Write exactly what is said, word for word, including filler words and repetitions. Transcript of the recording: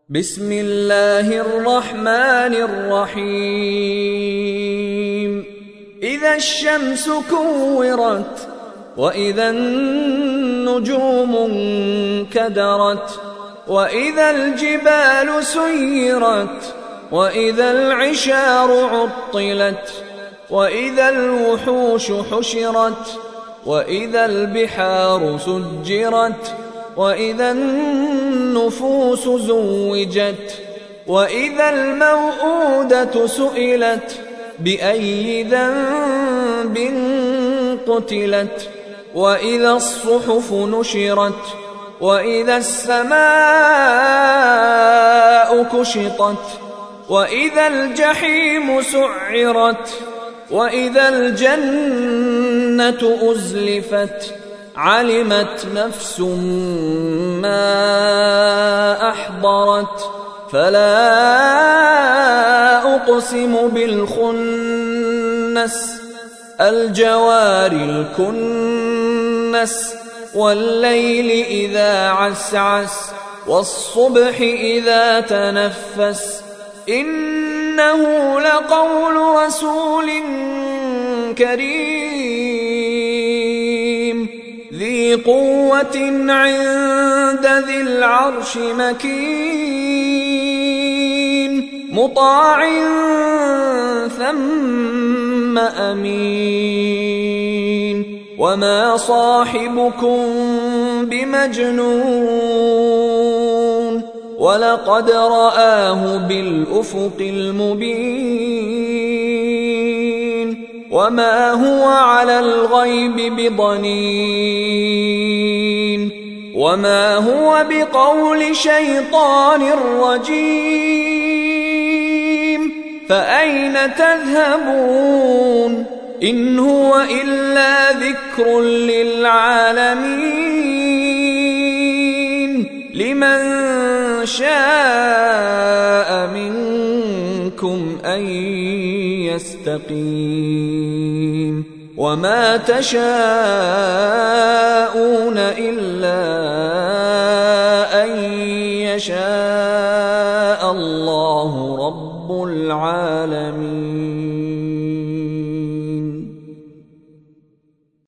بسم الله الرحمن الرحيم إذا الشمس كورت وإذا النجوم انكدرت وإذا الجبال سيرت وإذا العشار عطلت وإذا الوحوش حشرت وإذا البحار سجرت وإذا النفوس زوجت وإذا الموءودة سئلت بأي ذنب قتلت وإذا الصحف نشرت وإذا السماء كشطت وإذا الجحيم سعرت وإذا الجنة أزلفت علمت نفس ما أحضرت فلا أقسم بالخنس الجوار الكنس والليل إذا عسعس والصبح إذا تنفس إنه لقول رسول كريم ذي قوة عند ذي العرش مكين مطاع ثم أمين وما صاحبكم بمجنون ولقد رآه بالأفق المبين وما هو على الغيب بضنين وما هو بقول شيطان رجيم فأين تذهبون إن هو إلا ذكر للعالمين لمن شاء منكم أن يستقيم وما تشاءون إلا أن يشاء الله رب العالمين.